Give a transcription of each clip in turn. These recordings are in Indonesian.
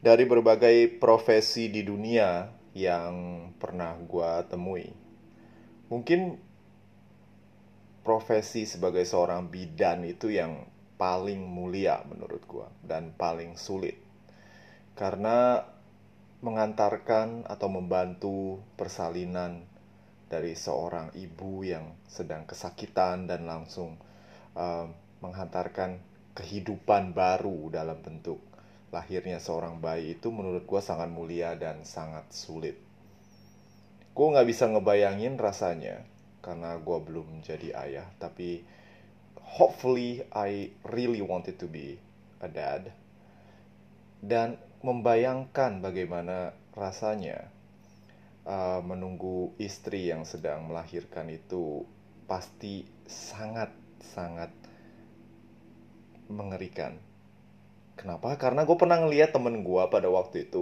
Dari berbagai profesi di dunia yang pernah gua temui, mungkin profesi sebagai seorang bidan itu yang paling mulia menurut gua dan paling sulit. Karena mengantarkan atau membantu persalinan dari seorang ibu yang sedang kesakitan dan langsung uh, menghantarkan kehidupan baru dalam bentuk lahirnya seorang bayi itu menurut gue sangat mulia dan sangat sulit. Gue nggak bisa ngebayangin rasanya karena gue belum jadi ayah, tapi hopefully I really wanted to be a dad dan membayangkan bagaimana rasanya menunggu istri yang sedang melahirkan itu pasti sangat-sangat mengerikan. Kenapa? Karena gue pernah ngeliat temen gue pada waktu itu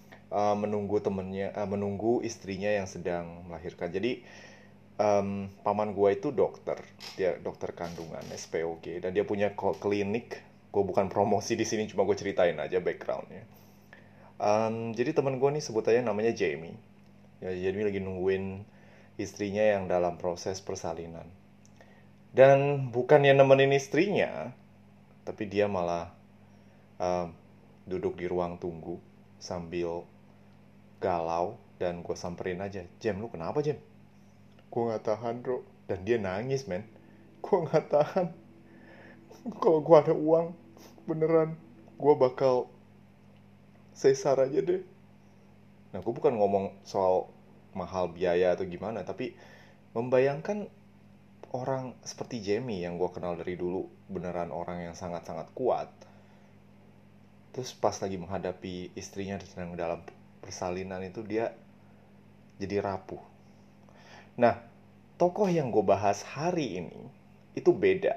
menunggu istrinya yang sedang melahirkan. Jadi paman gue itu dokter, dia dokter kandungan SPOG dan dia punya klinik. Gue bukan promosi di sini, cuma gue ceritain aja backgroundnya. Jadi temen gue nih sebut aja namanya Jamie. Ya, jadi lagi nungguin istrinya yang dalam proses persalinan. Dan bukannya nemenin istrinya, tapi dia malah um, duduk di ruang tunggu sambil galau dan gue samperin aja, Jam lu kenapa Jam? Gue nggak tahan bro, dan dia nangis men. Gue nggak tahan. Kalau gue ada uang beneran gue bakal sesar aja deh. Nah gue bukan ngomong soal mahal biaya atau gimana, tapi membayangkan orang seperti Jamie yang gue kenal dari dulu beneran orang yang sangat-sangat kuat. Terus pas lagi menghadapi istrinya sedang dalam persalinan itu dia jadi rapuh. Nah, tokoh yang gue bahas hari ini itu beda.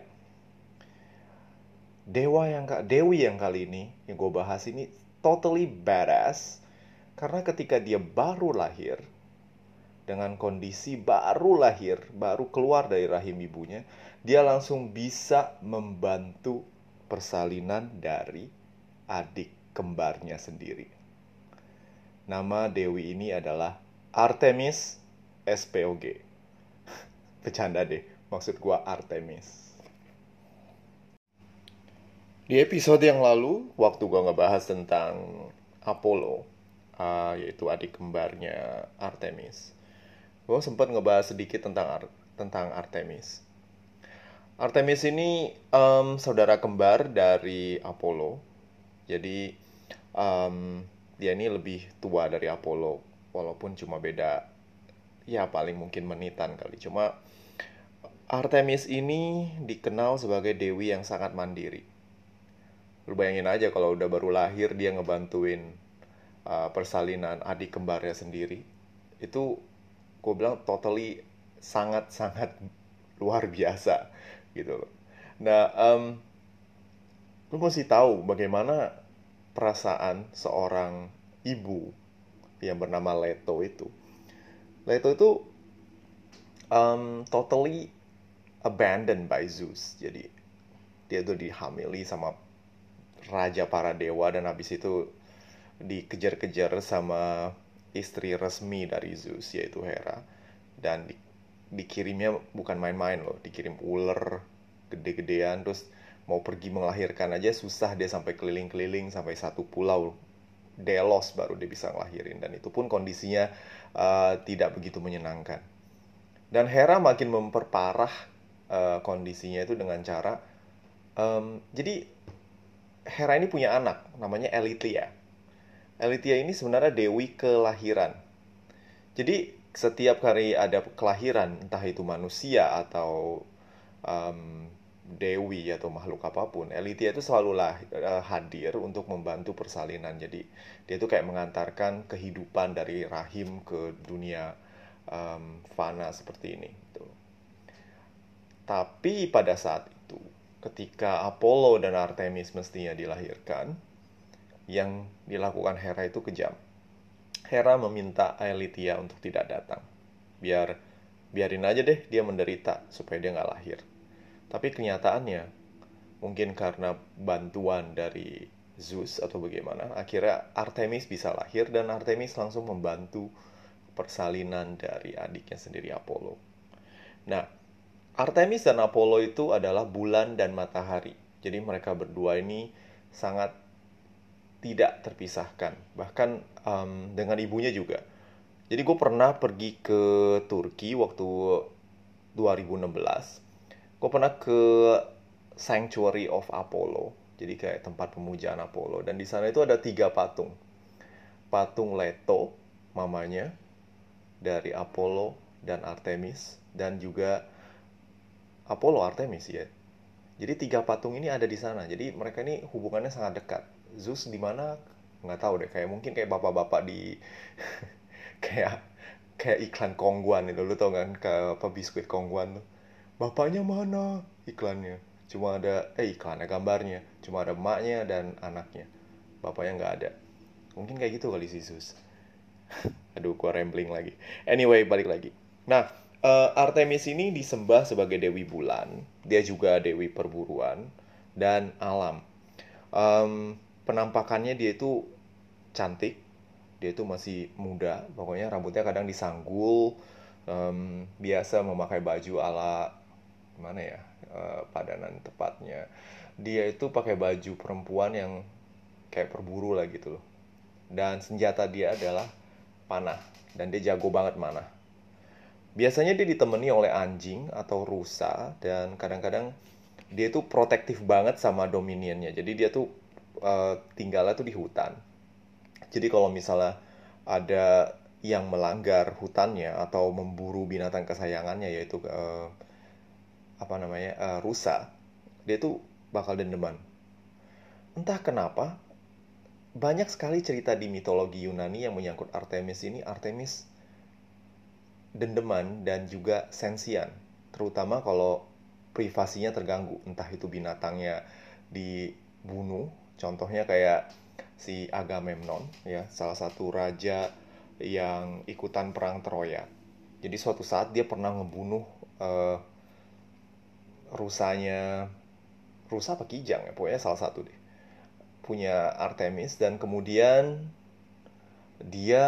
Dewi yang kali ini yang gue bahas ini totally badass karena ketika dia baru lahir dengan kondisi baru lahir, baru keluar dari rahim ibunya, dia langsung bisa membantu persalinan dari adik kembarnya sendiri. Nama Dewi ini adalah Artemis SPOG. Bercanda deh, maksud gua Artemis. Di episode yang lalu, waktu gua ngebahas tentang Apollo, yaitu adik kembarnya Artemis, gua sempat ngebahas sedikit tentang Artemis. Artemis ini saudara kembar dari Apollo. Jadi um, dia ini lebih tua dari Apollo, walaupun cuma beda ya paling mungkin menitan kali. Cuma Artemis ini dikenal sebagai dewi yang sangat mandiri. Lu bayangin aja kalau udah baru lahir dia ngebantuin persalinan adik kembarnya sendiri. Itu gue bilang totally sangat-sangat luar biasa gitu loh. Nah, lu mesti tahu bagaimana perasaan seorang ibu yang bernama Leto itu. Leto itu totally abandoned by Zeus. Jadi dia tuh dihamili sama raja para dewa dan habis itu dikejar-kejar sama istri resmi dari Zeus yaitu Hera dan dikirimnya bukan main-main loh, dikirim ular gede-gedean terus mau pergi melahirkan aja susah dia sampai keliling-keliling sampai satu pulau Delos baru dia bisa ngelahirin dan itu pun kondisinya tidak begitu menyenangkan. Dan Hera makin memperparah kondisinya itu dengan cara jadi Hera ini punya anak namanya Elithia. Elithia ini sebenarnya dewi kelahiran. Jadi setiap kali ada kelahiran, entah itu manusia atau um, dewi atau makhluk apapun, Elithia itu selalu hadir untuk membantu persalinan. Jadi dia itu kayak mengantarkan kehidupan dari rahim ke dunia fana seperti ini. Gitu. Tapi pada saat itu, ketika Apollo dan Artemis mestinya dilahirkan, yang dilakukan Hera itu kejam. Hera meminta Aelithia untuk tidak datang. Biarin aja deh dia menderita supaya dia nggak lahir. Tapi kenyataannya mungkin karena bantuan dari Zeus atau bagaimana, akhirnya Artemis bisa lahir dan Artemis langsung membantu persalinan dari adiknya sendiri Apollo. Nah, Artemis dan Apollo itu adalah bulan dan matahari. Jadi mereka berdua ini sangat tidak terpisahkan. Bahkan dengan ibunya juga. Jadi gue pernah pergi ke Turki waktu 2016. Gue pernah ke Sanctuary of Apollo. Jadi kayak tempat pemujaan Apollo. Dan di sana itu ada 3 patung. Patung Leto, mamanya, dari Apollo dan Artemis. Dan juga Apollo Artemis ya. Jadi 3 patung ini ada di sana. Jadi mereka ini hubungannya sangat dekat. Zeus di mana? Nggak tahu deh. Kayak mungkin kayak bapak-bapak di kayak kayak iklan Kongguan itu. Lu tau kan ke apa biskuit Kongguan tuh. Bapaknya mana? Iklannya. Cuma ada iklannya gambarnya. Cuma ada emaknya dan anaknya. Bapaknya nggak ada. Mungkin kayak gitu kali si Zeus. Aduh, gua rambling lagi. Anyway, balik lagi. Nah, Artemis ini disembah sebagai dewi bulan. Dia juga dewi perburuan dan alam. Penampakannya dia itu cantik. Dia itu masih muda. Pokoknya rambutnya kadang disanggul. Biasa memakai baju ala mana ya? Padanan tepatnya. Dia itu pakai baju perempuan yang kayak perburu lah gitu loh. Dan senjata dia adalah panah. Dan dia jago banget manah. Biasanya dia ditemani oleh anjing atau rusa. Dan kadang-kadang dia tuh protektif banget sama dominionnya. Jadi dia tuh tinggalnya tuh di hutan. Jadi kalau misalnya ada yang melanggar hutannya atau memburu binatang kesayangannya, yaitu apa namanya, rusa, dia tuh bakal dendeman. Entah kenapa banyak sekali cerita di mitologi Yunani yang menyangkut Artemis ini. Artemis dendeman dan juga sensian, terutama kalau privasinya terganggu, entah itu binatangnya dibunuh. Contohnya kayak si Agamemnon ya, salah satu raja yang ikutan perang Troya. Jadi suatu saat dia pernah ngebunuh eh, rusanya, rusa apa kijang ya, pokoknya salah satu deh, punya Artemis. Dan kemudian dia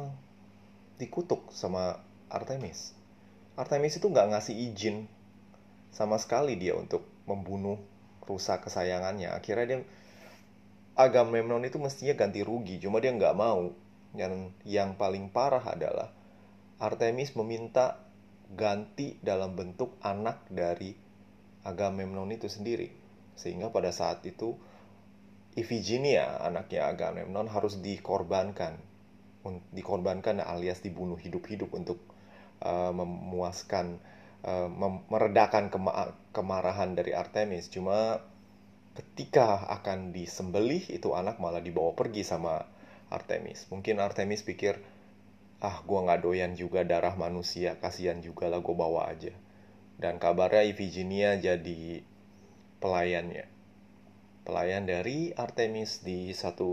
dikutuk sama Artemis. Artemis itu nggak ngasih izin sama sekali dia untuk membunuh rusa kesayangannya. Akhirnya dia, Agamemnon itu mestinya ganti rugi, cuma dia nggak mau. Dan yang paling parah adalah Artemis meminta ganti dalam bentuk anak dari Agamemnon itu sendiri. Sehingga pada saat itu Iphigenia, anaknya Agamemnon, harus dikorbankan. Dikorbankan alias dibunuh hidup-hidup untuk memuaskan, meredakan kemarahan dari Artemis. Cuma ketika akan disembelih, itu anak malah dibawa pergi sama Artemis. Mungkin Artemis pikir, gue nggak doyan juga darah manusia, kasihan juga lah, gue bawa aja. Dan kabarnya Iphigenia jadi pelayannya, pelayan dari Artemis di satu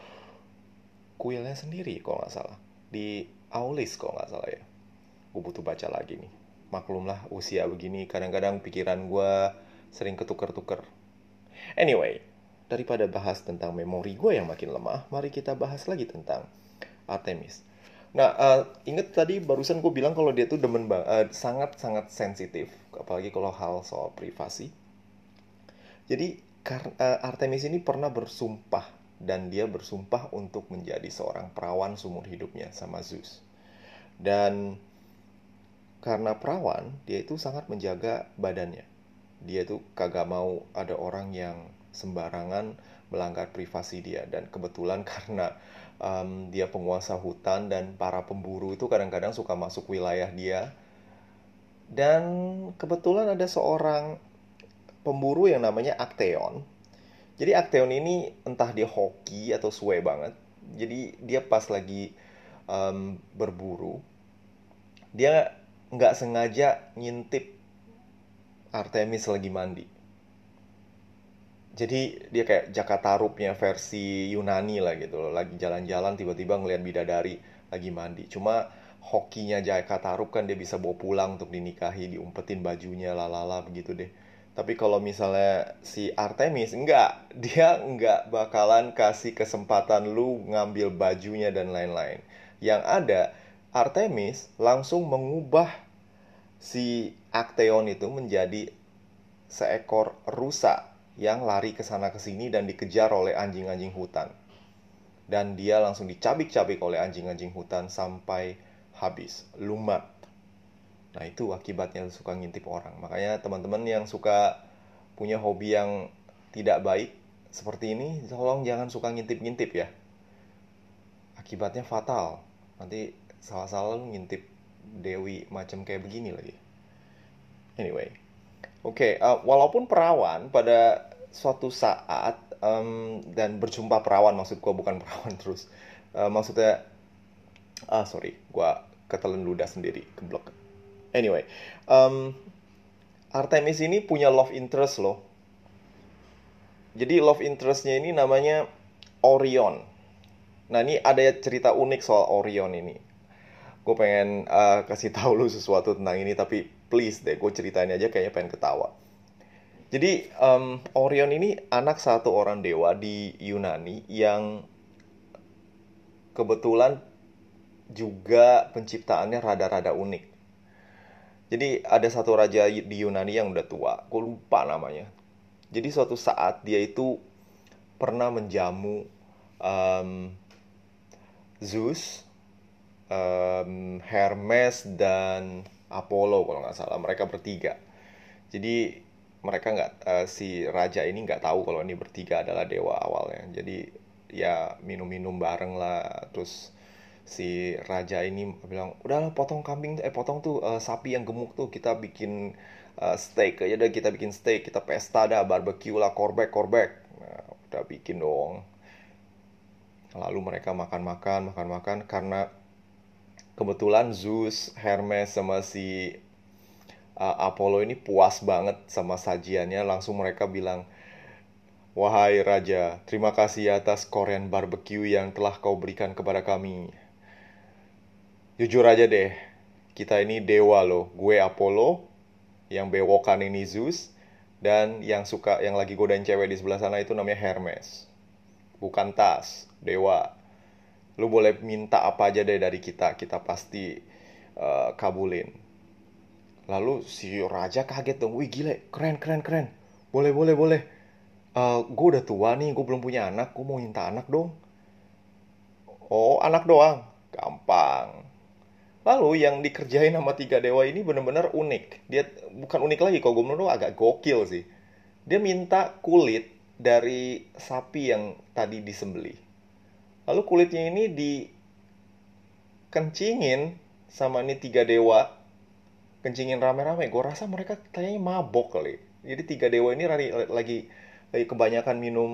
kuilnya sendiri kalau nggak salah, di Aulis kalau nggak salah ya. Gue butuh baca lagi nih. Maklumlah usia begini, kadang-kadang pikiran gue sering ketuker-tuker. Anyway, daripada bahas tentang memori gue yang makin lemah, mari kita bahas lagi tentang Artemis. Nah, inget tadi barusan gue bilang kalau dia tuh sangat-sangat sensitif, apalagi kalau hal soal privasi. Jadi Artemis ini pernah bersumpah, dan dia bersumpah untuk menjadi seorang perawan seumur hidupnya sama Zeus. Dan karena perawan, dia itu sangat menjaga badannya. Dia itu kagak mau ada orang yang sembarangan melanggar privasi dia. Dan kebetulan karena dia penguasa hutan dan para pemburu itu kadang-kadang suka masuk wilayah dia. Dan kebetulan ada seorang pemburu yang namanya Actaeon. Jadi Actaeon ini entah dia hoki atau suwe banget. Jadi dia pas lagi berburu, dia nggak sengaja ngintip Artemis lagi mandi. Jadi dia kayak Jakatarupnya versi Yunani lah gitu loh. Lagi jalan-jalan tiba-tiba ngeliat bidadari lagi mandi. Cuma hokinya Jakatarup kan dia bisa bawa pulang untuk dinikahi, diumpetin bajunya lalala begitu deh. Tapi kalau misalnya si Artemis, enggak. Dia enggak bakalan kasih kesempatan lu ngambil bajunya dan lain-lain. Yang ada, Artemis langsung mengubah si Actaeon itu menjadi seekor rusa yang lari ke sana ke sini dan dikejar oleh anjing-anjing hutan. Dan dia langsung dicabik-cabik oleh anjing-anjing hutan sampai habis, lumat. Nah, itu akibatnya suka ngintip orang. Makanya teman-teman yang suka punya hobi yang tidak baik seperti ini, tolong jangan suka ngintip-ngintip ya. Akibatnya fatal. Nanti salah-salah lu ngintip Dewi macam kayak begini lagi. Anyway, oke, walaupun perawan pada suatu saat dan berjumpa perawan, maksud gua bukan perawan terus. Maksudnya, sorry, gua ketelan ludah sendiri, keblok. Anyway, um, Artemis ini punya love interest loh. Jadi love interestnya ini namanya Orion. Nah, ini ada cerita unik soal Orion ini. Gue pengen kasih tahu lu sesuatu tentang ini, tapi please deh, gue ceritain aja kayaknya pengen ketawa. Jadi Orion ini anak satu orang dewa di Yunani yang kebetulan juga penciptaannya rada-rada unik. Jadi ada satu raja di Yunani yang udah tua, gue lupa namanya. Jadi suatu saat dia itu pernah menjamu um, Zeus, Hermes dan Apollo kalau nggak salah. Mereka bertiga. Jadi mereka nggak si raja ini nggak tahu kalau ini bertiga adalah dewa awalnya. Jadi ya minum-minum bareng lah. Terus si raja ini bilang, udahlah potong tuh sapi yang gemuk tuh, kita bikin steak aja deh, kita bikin steak, kita pesta dah, barbecue lah, korbek. Nah, udah bikin dong. Lalu mereka makan karena kebetulan Zeus, Hermes sama si Apollo ini puas banget sama sajiannya. Langsung mereka bilang, wahai raja, terima kasih atas Korean barbecue yang telah kau berikan kepada kami. Jujur aja deh, kita ini dewa loh. Gue Apollo, yang bewokan ini Zeus, dan yang lagi godain cewek di sebelah sana itu namanya Hermes. Bukan tas, dewa. Lu boleh minta apa aja deh dari kita, kita pasti kabulin. Lalu si raja kaget dong, wih gile, keren. Boleh. Gue udah tua nih, gue belum punya anak, gue mau minta anak dong. Oh, anak doang? Gampang. Lalu yang dikerjain sama tiga dewa ini bener-bener unik. Dia bukan unik lagi, kalau gue menurut agak gokil sih. Dia minta kulit dari sapi yang tadi disembelih. Lalu kulitnya ini dikencingin sama ini tiga dewa, kencingin rame-rame. Gue rasa mereka kayaknya mabok kali. Jadi tiga dewa ini lagi kebanyakan minum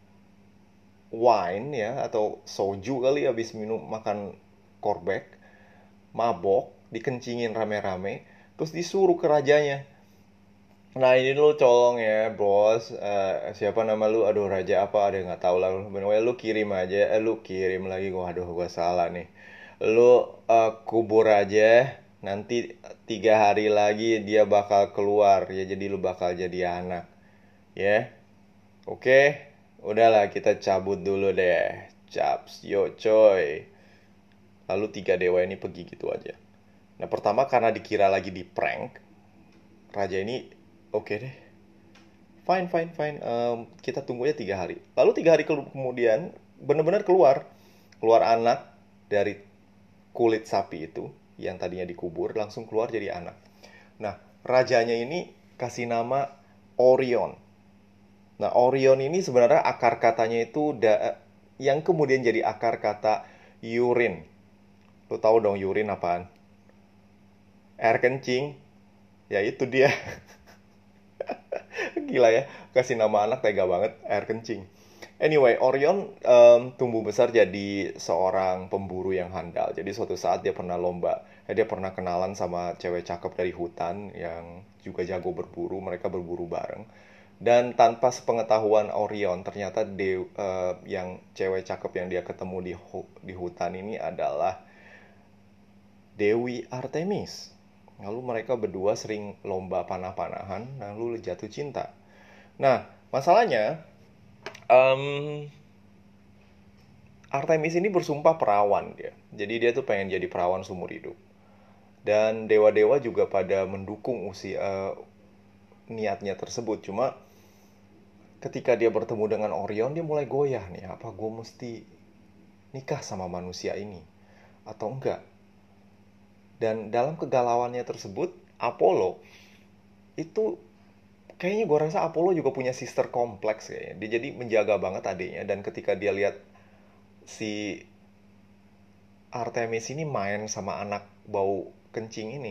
wine ya, atau soju kali, habis minum makan korbek, mabok, dikencingin rame-rame, terus disuruh ke rajanya. Nah, ini lu colong ya bos. Siapa nama lu? Aduh, raja apa, ada nggak tahu lah. Bener, lu kirim aja. Lu kirim lagi. Gua salah nih. Lu kubur aja. Nanti 3 hari lagi dia bakal keluar ya, jadi lu bakal jadi anak ya. Oke. Udahlah, kita cabut dulu deh. Caps yo coy. Lalu tiga dewa ini pergi gitu aja. Nah, pertama karena dikira lagi di prank, raja ini oke deh, fine. Kita tunggu aja 3 hari. Lalu 3 hari kemudian benar-benar keluar anak dari kulit sapi itu yang tadinya dikubur, langsung keluar jadi anak. Nah, rajanya ini kasih nama Orion. Nah, Orion ini sebenarnya akar katanya itu yang kemudian jadi akar kata urine. Lo tahu dong urine apaan? Air kencing. Ya itu dia. Gila ya, kasih nama anak tega banget, air kencing. Anyway, Orion tumbuh besar jadi seorang pemburu yang handal. Jadi suatu saat dia pernah dia pernah kenalan sama cewek cakep dari hutan yang juga jago berburu. Mereka berburu bareng. Dan tanpa sepengetahuan Orion, ternyata yang cewek cakep yang dia ketemu di hutan ini adalah Dewi Artemis. Lalu mereka berdua sering lomba panah-panahan, lalu jatuh cinta. Nah, masalahnya em, Artemis ini bersumpah perawan dia. Jadi dia tuh pengen jadi perawan seumur hidup. Dan dewa-dewa juga pada mendukung niatnya tersebut. Cuma ketika dia bertemu dengan Orion, dia mulai goyah nih. Apa gue mesti nikah sama manusia ini? Atau enggak? Dan dalam kegalauannya tersebut, Apollo itu kayaknya gue rasa Apollo juga punya sister kompleks kayaknya. Dia jadi menjaga banget adiknya. Dan ketika dia lihat si Artemis ini main sama anak bau kencing ini,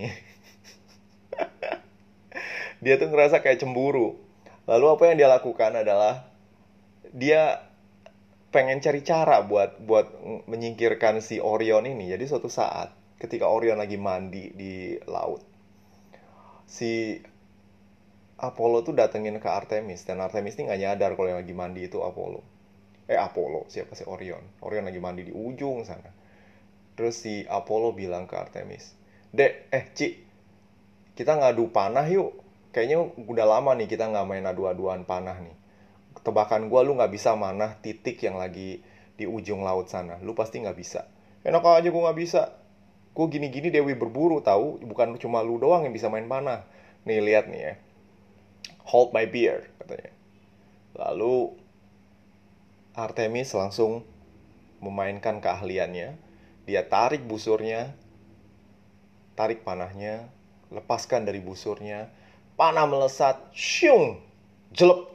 dia tuh ngerasa kayak cemburu. Lalu apa yang dia lakukan adalah dia pengen cari cara buat buat menyingkirkan si Orion ini. Jadi suatu saat ketika Orion lagi mandi di laut, si Apollo tuh datengin ke Artemis dan Artemis ini nggak nyadar kalau yang lagi mandi itu Apollo. Apollo, siapa sih Orion? Orion lagi mandi di ujung sana. Terus si Apollo bilang ke Artemis, "Dek, Ci, kita ngadu panah yuk. Kayaknya udah lama nih kita nggak main adu-aduan panah nih. Tebakan gue lu nggak bisa manah titik yang lagi di ujung laut sana. Lu pasti nggak bisa." "Enak aja gue nggak bisa. Gue gini-gini Dewi berburu tahu. Bukan cuma lu doang yang bisa main panah. Nih lihat nih ya. Hold my beer," katanya. Lalu Artemis langsung memainkan keahliannya. Dia tarik busurnya, tarik panahnya, lepaskan dari busurnya, panah melesat, syung, jelek,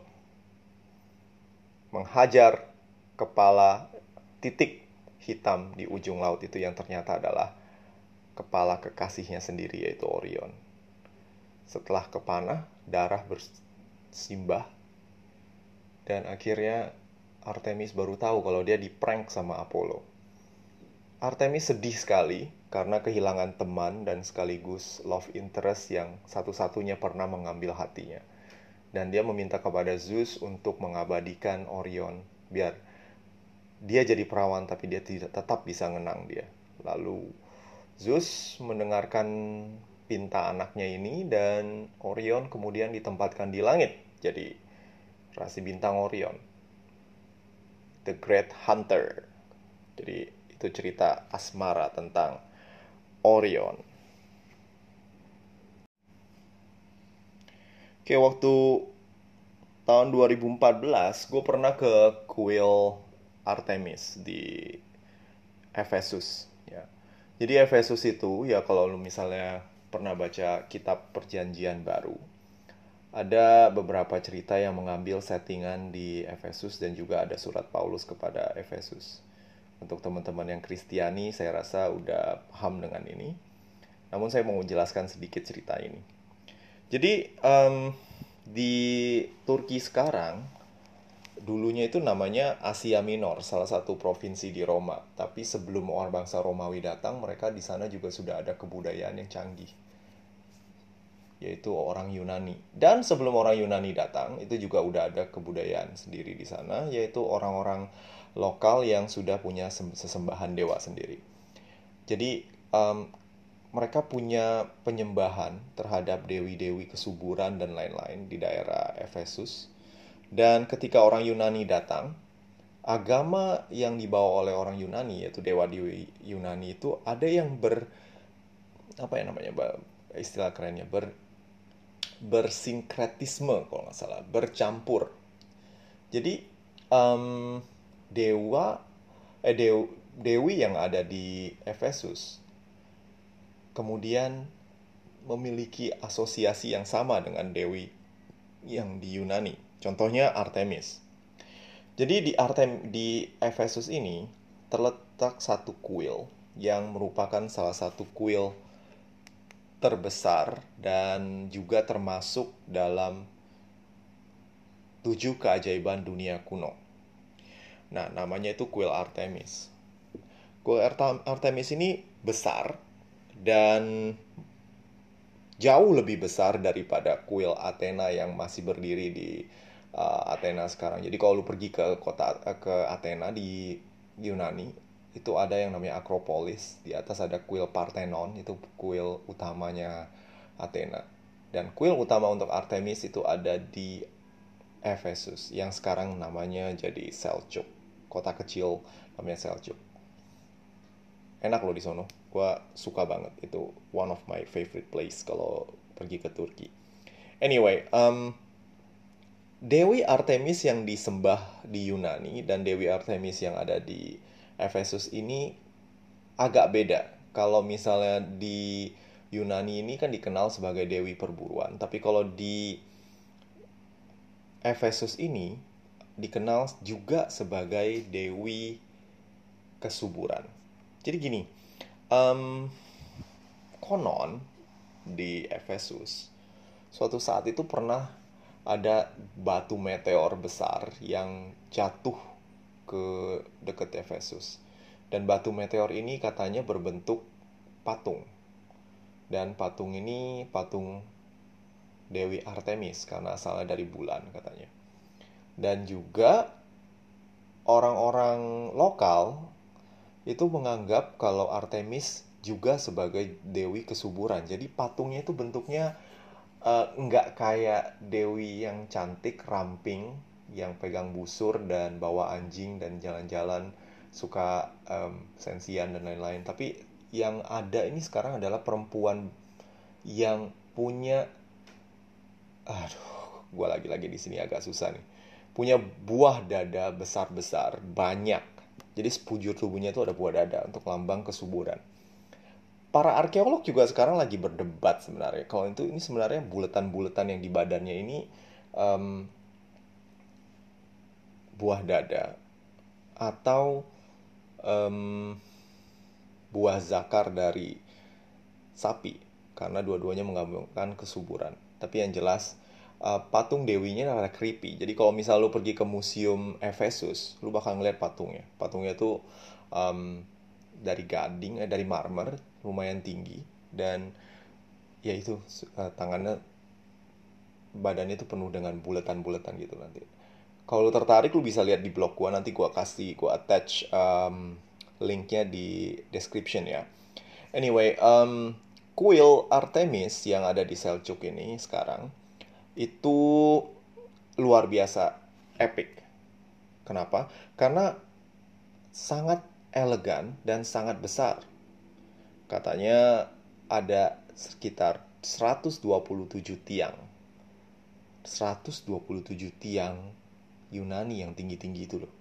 menghajar kepala titik hitam di ujung laut itu yang ternyata adalah kepala kekasihnya sendiri yaitu Orion. Setelah kepanah, darah bersimbah dan akhirnya Artemis baru tahu kalau dia diprank sama Apollo. Artemis sedih sekali karena kehilangan teman dan sekaligus love interest yang satu-satunya pernah mengambil hatinya. Dan dia meminta kepada Zeus untuk mengabadikan Orion biar dia jadi perawan tapi dia tetap bisa ngenang dia. Lalu Zeus mendengarkan pinta anaknya ini dan Orion kemudian ditempatkan di langit jadi rasi bintang Orion, The Great Hunter. Jadi itu cerita asmara tentang Orion. Oke, waktu tahun 2014 gue pernah ke kuil Artemis di Efesus ya. Jadi Efesus itu ya kalau lu misalnya pernah baca kitab Perjanjian Baru, ada beberapa cerita yang mengambil settingan di Efesus dan juga ada surat Paulus kepada Efesus. Untuk teman-teman yang Kristiani, saya rasa udah paham dengan ini. Namun saya mau menjelaskan sedikit cerita ini. Jadi di Turki sekarang, dulunya itu namanya Asia Minor, salah satu provinsi di Roma. Tapi sebelum orang bangsa Romawi datang, mereka di sana juga sudah ada kebudayaan yang canggih, yaitu orang Yunani. Dan sebelum orang Yunani datang, itu juga udah ada kebudayaan sendiri di sana, yaitu orang-orang lokal yang sudah punya sesembahan dewa sendiri. Jadi mereka punya penyembahan terhadap dewi-dewi kesuburan dan lain-lain di daerah Efesus. Dan ketika orang Yunani datang, agama yang dibawa oleh orang Yunani, yaitu dewa-dewi Yunani itu ada yang apa ya namanya, istilah kerennya, bersinkretisme kalau nggak salah, bercampur. Jadi dewa dewi yang ada di Efesus kemudian memiliki asosiasi yang sama dengan dewi yang di Yunani. Contohnya Artemis. Jadi di Efesus ini terletak satu kuil yang merupakan salah satu kuil terbesar dan juga termasuk dalam 7 keajaiban dunia kuno. Nah, namanya itu kuil Artemis. Kuil Artemis ini besar dan jauh lebih besar daripada kuil Athena yang masih berdiri di Athena sekarang. Jadi kalau lu pergi ke Athena di Yunani, itu ada yang namanya Akropolis. Di atas ada kuil Parthenon, itu kuil utamanya Athena. Dan kuil utama untuk Artemis itu ada di Efesus, yang sekarang namanya jadi Seljuk. Kota kecil namanya Seljuk. Enak loh di sono. Gua suka banget. Itu one of my favorite place kalau pergi ke Turki. Anyway, Dewi Artemis yang disembah di Yunani dan Dewi Artemis yang ada di Efesus ini agak beda. Kalau misalnya di Yunani ini kan dikenal sebagai Dewi Perburuan, tapi kalau di Efesus ini dikenal juga sebagai Dewi Kesuburan. Jadi gini, konon di Efesus suatu saat itu pernah ada batu meteor besar yang jatuh ke dekat Efesus. Dan batu meteor ini katanya berbentuk patung. Dan patung ini patung Dewi Artemis karena asalnya dari bulan katanya. Dan juga orang-orang lokal itu menganggap kalau Artemis juga sebagai Dewi Kesuburan. Jadi patungnya itu bentuknya nggak kayak Dewi yang cantik, ramping, yang pegang busur dan bawa anjing dan jalan-jalan, suka sensian dan lain-lain. Tapi yang ada ini sekarang adalah perempuan yang punya, aduh, gue lagi-lagi di sini agak susah nih. Punya buah dada besar-besar, banyak. Jadi sekujur tubuhnya itu ada buah dada untuk lambang kesuburan. Para arkeolog juga sekarang lagi berdebat sebenarnya. Kalau itu ini sebenarnya bulatan-bulatan yang di badannya ini em, buah dada atau em, buah zakar dari sapi, karena dua-duanya menggambarkan kesuburan. Tapi yang jelas patung dewinya adalah creepy. Jadi kalau misal lu pergi ke museum Efesus, lu bakal ngeliat patungnya. Patungnya tuh em, dari gading, dari marmer, lumayan tinggi, dan ya itu tangannya, badannya itu penuh dengan bulatan-bulatan gitu nanti. Kalau lu tertarik, lu bisa lihat di blog gua, nanti gua attach linknya di description ya. Anyway, kuil Artemis yang ada di Seljuk ini sekarang itu luar biasa epic. Kenapa? Karena sangat elegan dan sangat besar. Katanya ada sekitar 127 tiang. 127 tiang Yunani yang tinggi-tinggi itu loh.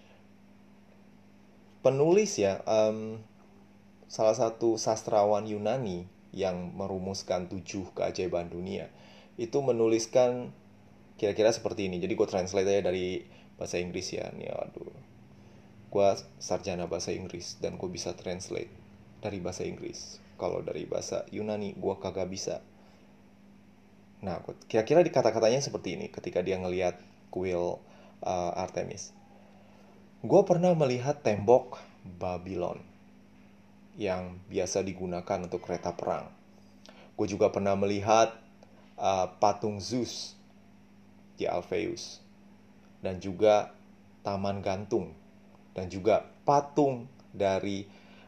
Penulis ya, salah satu sastrawan Yunani yang merumuskan 7 keajaiban dunia itu menuliskan kira-kira seperti ini. Jadi gue translate aja dari bahasa Inggris ya. Nih, aduh, gue sarjana bahasa Inggris dan gue bisa translate dari bahasa Inggris. Kalau dari bahasa Yunani gue kagak bisa. Nah, kira-kira di kata-katanya seperti ini ketika dia ngelihat kuil Artemis. Gue pernah melihat tembok Babylon yang biasa digunakan untuk kereta perang. Gue juga pernah melihat patung Zeus di Alpheus, dan juga taman gantung, dan juga patung dari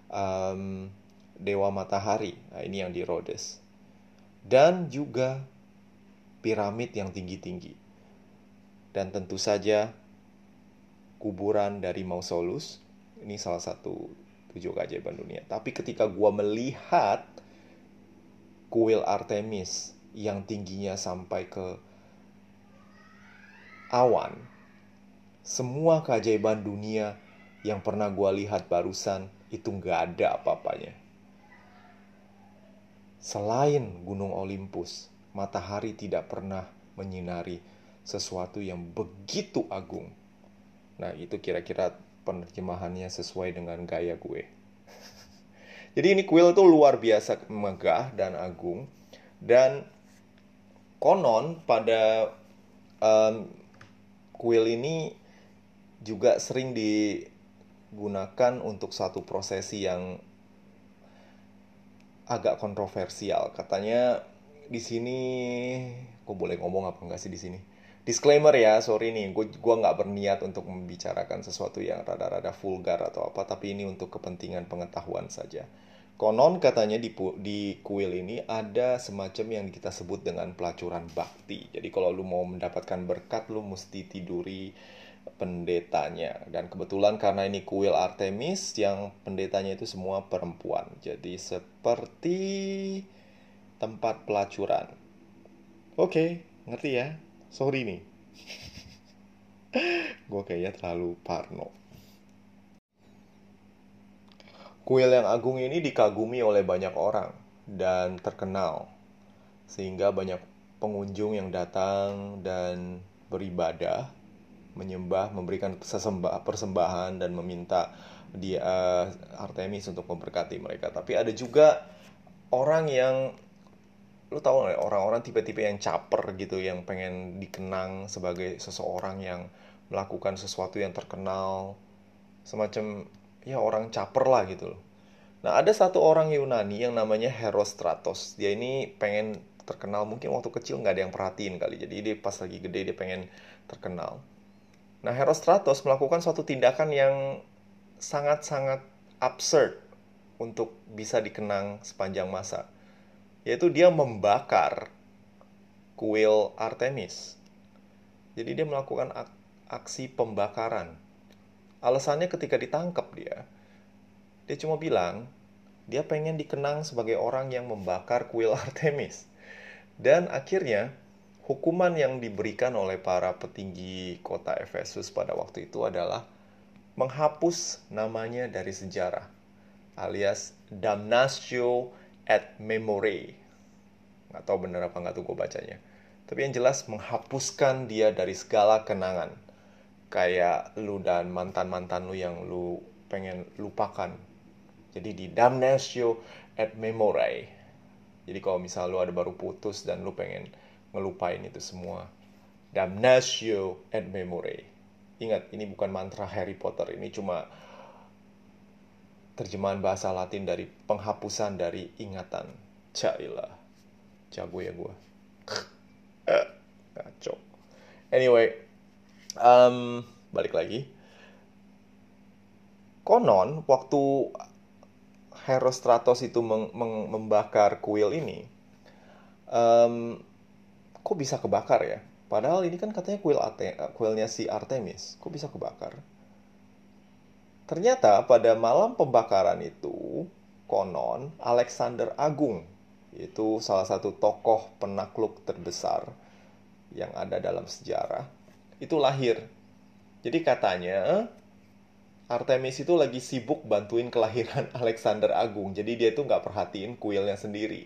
Dewa Matahari. Nah, ini yang di Rhodes. Dan juga piramid yang tinggi-tinggi. Dan tentu saja kuburan dari Mausolus. Ini salah satu 7 keajaiban dunia. Tapi ketika gue melihat kuil Artemis yang tingginya sampai ke awan, semua keajaiban dunia yang pernah gue lihat barusan itu nggak ada apa-apanya. Selain Gunung Olympus, matahari tidak pernah menyinari sesuatu yang begitu agung. Nah, itu kira-kira penerjemahannya sesuai dengan gaya gue. Jadi ini kuil itu luar biasa megah dan agung. Dan konon pada kuil ini juga sering digunakan untuk satu prosesi yang agak kontroversial. Katanya di sini, kok boleh ngomong apa enggak sih di sini? Disclaimer ya, sorry nih, gue nggak berniat untuk membicarakan sesuatu yang rada-rada vulgar atau apa, tapi ini untuk kepentingan pengetahuan saja. Konon katanya di kuil ini ada semacam yang kita sebut dengan pelacuran bakti. Jadi kalau lu mau mendapatkan berkat, lu mesti tiduri pendetanya. Dan kebetulan karena ini kuil Artemis, yang pendetanya itu semua perempuan. Jadi seperti tempat pelacuran. Oke, ngerti ya? Sorry nih, gue kayaknya terlalu parno. Kuil yang agung ini dikagumi oleh banyak orang dan terkenal, sehingga banyak pengunjung yang datang dan beribadah, menyembah, memberikan persembahan dan meminta dia Artemis untuk memberkati mereka. Tapi ada juga orang yang, lu tahu nggak, orang-orang tipe-tipe yang caper gitu, yang pengen dikenang sebagai seseorang yang melakukan sesuatu yang terkenal, semacam ya orang caper lah gitu loh. Nah, ada satu orang Yunani yang namanya Herostratos. Dia ini pengen terkenal, mungkin waktu kecil nggak ada yang perhatiin kali. Jadi dia pas lagi gede dia pengen terkenal. Nah, Herostratos melakukan suatu tindakan yang sangat-sangat absurd untuk bisa dikenang sepanjang masa. Yaitu dia membakar kuil Artemis. Jadi dia melakukan aksi pembakaran. Alasannya ketika ditangkap dia cuma bilang dia pengen dikenang sebagai orang yang membakar kuil Artemis. Dan akhirnya hukuman yang diberikan oleh para petinggi kota Efesus pada waktu itu adalah menghapus namanya dari sejarah, alias damnatio ad memore. Nggak tahu bener apa nggak tuh gue bacanya. Tapi yang jelas menghapuskan dia dari segala kenangan. Kayak lu dan mantan-mantan lu yang lu pengen lupakan. Jadi di damnatio ad memore. Jadi kalau misal lu ada baru putus dan lu pengen ngelupain itu semua, damnatio ad memore. Ingat, ini bukan mantra Harry Potter. Ini cuma terjemahan bahasa Latin dari penghapusan dari ingatan. Cailah. Jago ya gue. Ngaco. Anyway, balik lagi. Konon, waktu Herostratos itu membakar kuil ini, kok bisa kebakar ya? Padahal ini kan katanya kuilnya si Artemis. Kok bisa kebakar? Ternyata pada malam pembakaran itu, konon Alexander Agung, yaitu salah satu tokoh penakluk terbesar yang ada dalam sejarah, itu lahir. Jadi katanya Artemis itu lagi sibuk bantuin kelahiran Alexander Agung. Jadi dia itu nggak perhatiin kuilnya sendiri.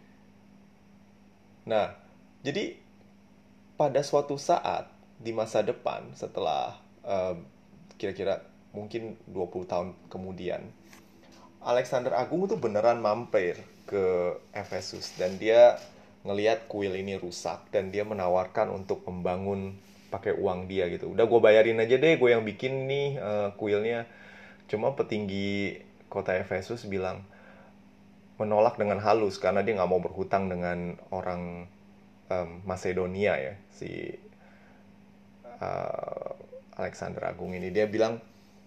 Nah, jadi pada suatu saat di masa depan, setelah kira-kira mungkin 20 tahun kemudian, Alexander Agung itu beneran mampir ke Efesus dan dia ngelihat kuil ini rusak dan dia menawarkan untuk membangun pakai uang dia gitu. Udah gue bayarin aja deh, gue yang bikin nih kuilnya. Cuma petinggi kota Efesus bilang menolak dengan halus karena dia nggak mau berhutang dengan orang Macedonia ya, si Alexander Agung ini. Dia bilang,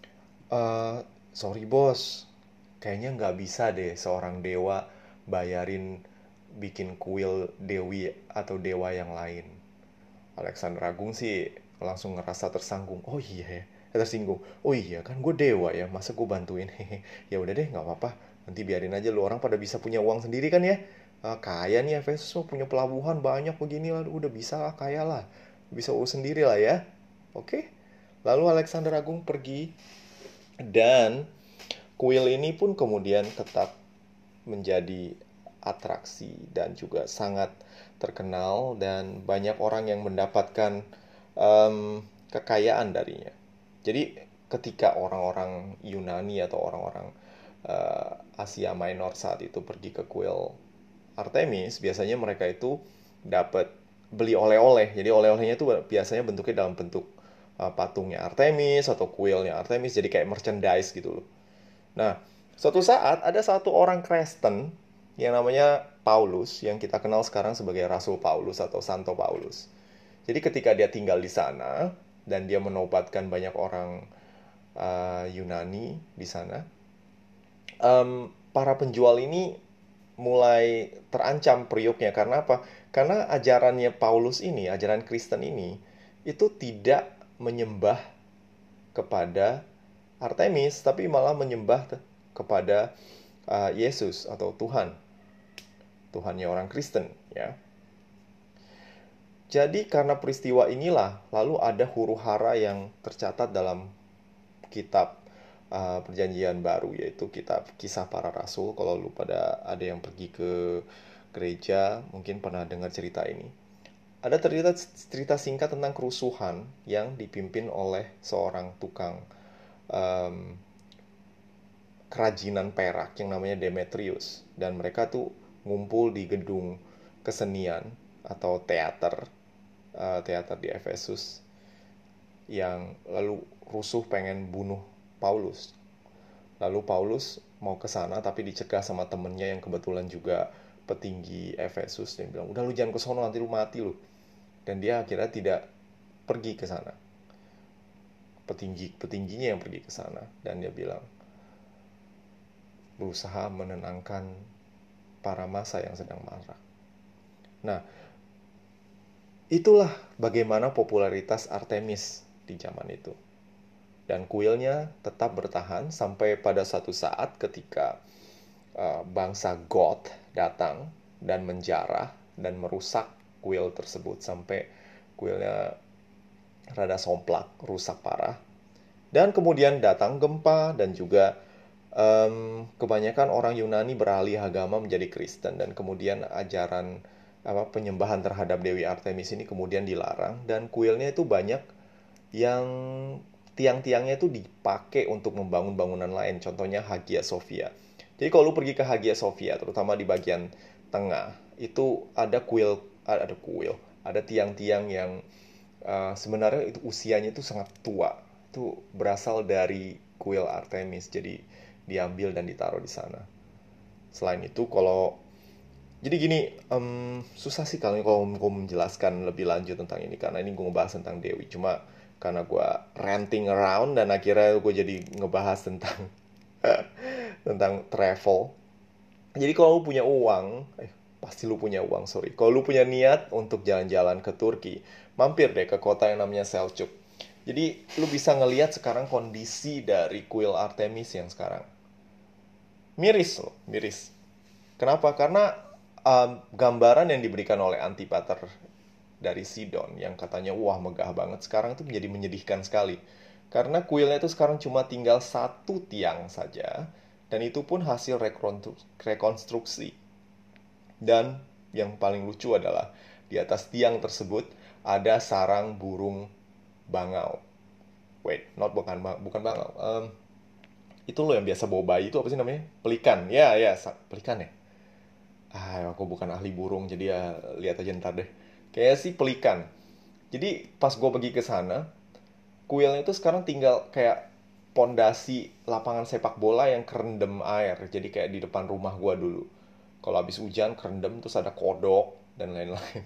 sorry bos, kayaknya nggak bisa deh seorang dewa bayarin bikin kuil dewi atau dewa yang lain. Alexander Agung sih langsung ngerasa tersanggung. Oh iya ya, tersinggung. Oh iya kan gue dewa ya, masa gue bantuin. Ya udah deh, nggak apa-apa. Nanti biarin aja, lu orang pada bisa punya uang sendiri kan ya. Kaya nih Efesus punya pelabuhan banyak begini lah, udah bisa lah, kaya lah, bisa urus sendiri lah ya. Oke. Lalu Alexander Agung pergi dan kuil ini pun kemudian tetap menjadi atraksi dan juga sangat terkenal dan banyak orang yang mendapatkan kekayaan darinya. Jadi ketika orang-orang Yunani atau orang-orang Asia Minor saat itu pergi ke kuil Artemis, biasanya mereka itu dapat beli oleh-oleh. Jadi oleh-olehnya itu biasanya bentuknya dalam bentuk patungnya Artemis atau kuilnya Artemis, jadi kayak merchandise gitu loh. Nah, suatu saat ada satu orang Kristen yang namanya Paulus, yang kita kenal sekarang sebagai Rasul Paulus atau Santo Paulus. Jadi ketika dia tinggal di sana dan dia menobatkan banyak orang Yunani di sana, para penjual ini mulai terancam periuknya. Karena apa? Karena ajarannya Paulus ini, ajaran Kristen ini, itu tidak menyembah kepada Artemis, tapi malah menyembah kepada Yesus atau Tuhan. Tuhannya orang Kristen, ya. Jadi karena peristiwa inilah, lalu ada huru-hara yang tercatat dalam kitab Perjanjian Baru, yaitu kitab Kisah Para Rasul. Kalau lu pada ada yang pergi ke gereja, mungkin pernah dengar cerita ini. Ada cerita singkat tentang kerusuhan yang dipimpin oleh seorang tukang um, kerajinan perak yang namanya Demetrius. Dan mereka tuh ngumpul di gedung kesenian atau teater di Efesus, yang lalu rusuh pengen bunuh Paulus. Lalu Paulus mau ke sana tapi dicegah sama temennya yang kebetulan juga petinggi Efesus. Dia bilang, udah lu jangan ke sono, nanti lu mati lu. Dan dia akhirnya tidak pergi ke sana. Petingginya yang pergi ke sana, dan dia bilang, berusaha menenangkan para massa yang sedang marah. Nah, itulah bagaimana popularitas Artemis di zaman itu. Dan kuilnya tetap bertahan sampai pada satu saat ketika bangsa Goth datang dan menjarah dan merusak kuil tersebut sampai kuilnya rada somplak, rusak parah. Dan kemudian datang gempa dan juga kebanyakan orang Yunani beralih agama menjadi Kristen, dan kemudian ajaran penyembahan terhadap Dewi Artemis ini kemudian dilarang, dan kuilnya itu banyak yang tiang-tiangnya itu dipakai untuk membangun bangunan lain, contohnya Hagia Sophia. Jadi kalau lu pergi ke Hagia Sophia, terutama di bagian tengah, itu ada tiang-tiang yang sebenarnya itu usianya itu sangat tua. Itu berasal dari kuil Artemis, jadi diambil dan ditaruh di sana. Selain itu, jadi gini, susah sih kalau gue menjelaskan lebih lanjut tentang ini, karena ini gue ngebahas tentang Dewi. Cuma karena gue ranting around dan akhirnya gue jadi ngebahas tentang tentang travel. Jadi kalau lu punya uang, pasti lu punya uang, sorry. Kalau lu punya niat untuk jalan-jalan ke Turki, mampir deh ke kota yang namanya Selçuk. Jadi lu bisa ngelihat sekarang kondisi dari kuil Artemis yang sekarang. Miris loh, miris. Kenapa? Karena gambaran yang diberikan oleh Antipater dari Sidon yang katanya wah megah banget, sekarang itu menjadi menyedihkan sekali. Karena kuilnya itu sekarang cuma tinggal satu tiang saja, dan itu pun hasil rekonstruksi. Dan yang paling lucu adalah di atas tiang tersebut ada sarang burung bangau. Wait, bukan bangau. Itu loh yang biasa bawa bayi itu apa sih namanya? Pelikan. Ya, ya, pelikan ya. Aku bukan ahli burung, jadi ya lihat aja ntar deh. Kayaknya sih pelikan. Jadi pas gue pergi ke sana, kuilnya itu sekarang tinggal kayak pondasi lapangan sepak bola yang kerendam air. Jadi kayak di depan rumah gue dulu. Kalau habis hujan kerendam, terus ada kodok dan lain-lain.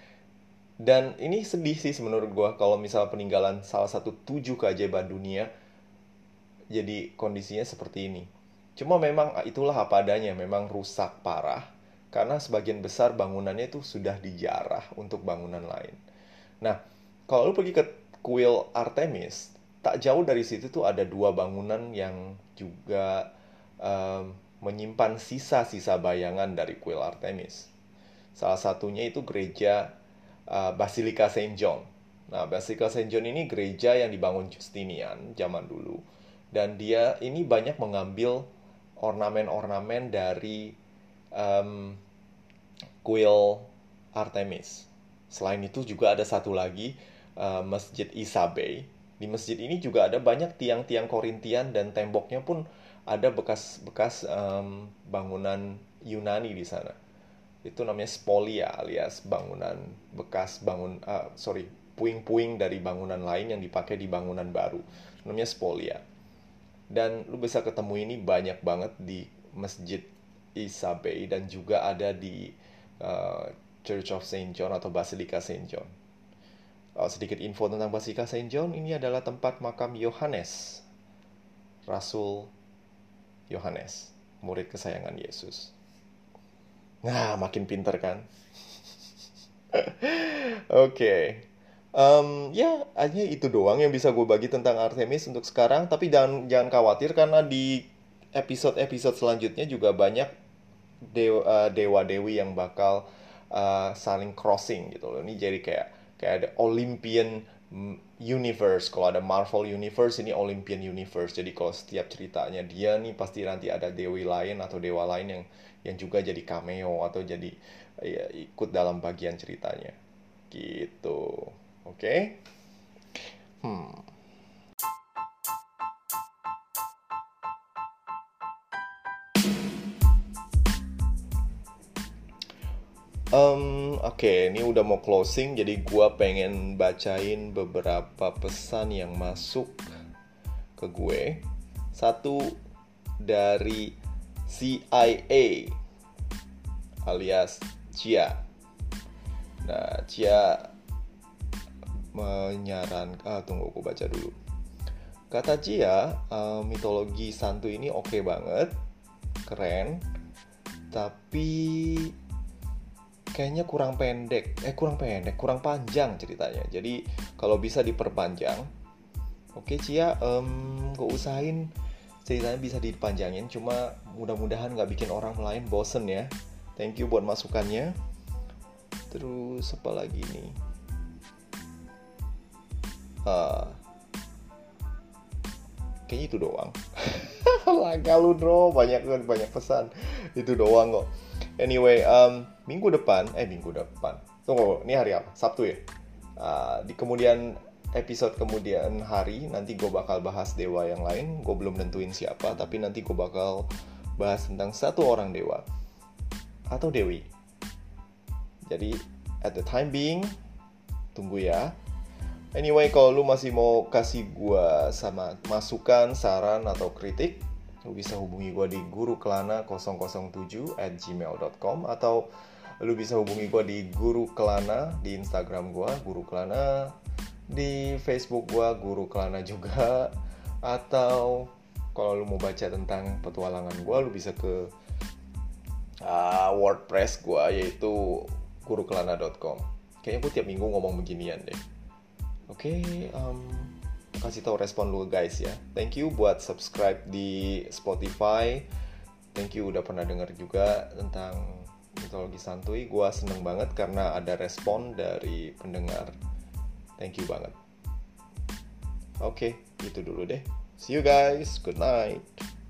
Dan ini sedih sih menurut gue kalau misal peninggalan salah satu 7 keajaiban dunia jadi kondisinya seperti ini. Cuma memang itulah apa adanya, memang rusak parah karena sebagian besar bangunannya itu sudah dijarah untuk bangunan lain. Nah, kalau lu pergi ke kuil Artemis, tak jauh dari situ tuh ada 2 bangunan yang juga menyimpan sisa-sisa bayangan dari kuil Artemis. Salah satunya itu gereja Basilika Saint John. Nah, Basilika Saint John ini gereja yang dibangun Justinian zaman dulu. Dan dia ini banyak mengambil ornamen-ornamen dari kuil Artemis. Selain itu juga ada satu lagi, Masjid Isabe. Di masjid ini juga ada banyak tiang-tiang Korintian dan temboknya pun ada bekas-bekas bangunan Yunani di sana. Itu namanya spolia, alias puing-puing dari bangunan lain yang dipakai di bangunan baru. Namanya spolia. Dan lu bisa ketemu ini banyak banget di Masjid Isabe dan juga ada di Church of Saint John atau Basilika Saint John. Sedikit info tentang Basilika Saint John, ini adalah tempat makam Yohanes, Rasul Yohanes. murid kesayangan Yesus. Nah, makin pinter kan? Oke. Ya, hanya itu doang yang bisa gue bagi tentang Artemis untuk sekarang. Tapi jangan jangan khawatir karena di episode-episode selanjutnya juga banyak dewa-dewi yang bakal saling crossing gitu loh. Ini jadi kayak ada Olympian universe. Kalau ada Marvel universe, ini Olympian universe. Jadi kalau setiap ceritanya dia nih pasti nanti ada dewi lain atau dewa lain yang juga jadi cameo atau jadi ya, ikut dalam bagian ceritanya. Gitu. Oke? Hmm. Oke, ini udah mau closing, jadi gua pengen bacain beberapa pesan yang masuk ke gue. Satu dari CIA alias Cia. Nah, Cia tunggu aku baca dulu. Kata Cia, mitologi Santu ini oke banget, keren, tapi kayaknya kurang panjang ceritanya. Jadi kalau bisa diperpanjang, oke Cia, gue usahain ceritanya bisa dipanjangin. Cuma mudah-mudahan nggak bikin orang lain bosen ya. Thank you buat masukannya. Terus apa lagi nih? Kayaknya itu doang. Laga lu bro, banyak pesan. Itu doang kok. Anyway, minggu depan. Tunggu, ini hari apa? Sabtu ya? Di episode kemudian hari, nanti gue bakal bahas dewa yang lain. Gue belum nentuin siapa, tapi nanti gue bakal bahas tentang satu orang dewa atau dewi. Jadi, at the time being, tunggu ya. Anyway, kalau lu masih mau kasih gue sama masukan, saran, atau kritik, lu bisa hubungi gue di gurukelana007@gmail.com atau lu bisa hubungi gue di Guru Kelana di Instagram gue, Guru Kelana, di Facebook gue, Guru Kelana juga. Atau kalau lu mau baca tentang petualangan gue, lu bisa ke WordPress gue, yaitu gurukelana.com. Kayaknya gue tiap minggu ngomong beginian deh. Oke, kasih tahu respon lu guys ya. Thank you buat subscribe di Spotify. Thank you udah pernah denger juga tentang mitologi santuy. Gua seneng banget karena ada respon dari pendengar. Thank you banget. Oke, itu dulu deh. See you guys. Good night.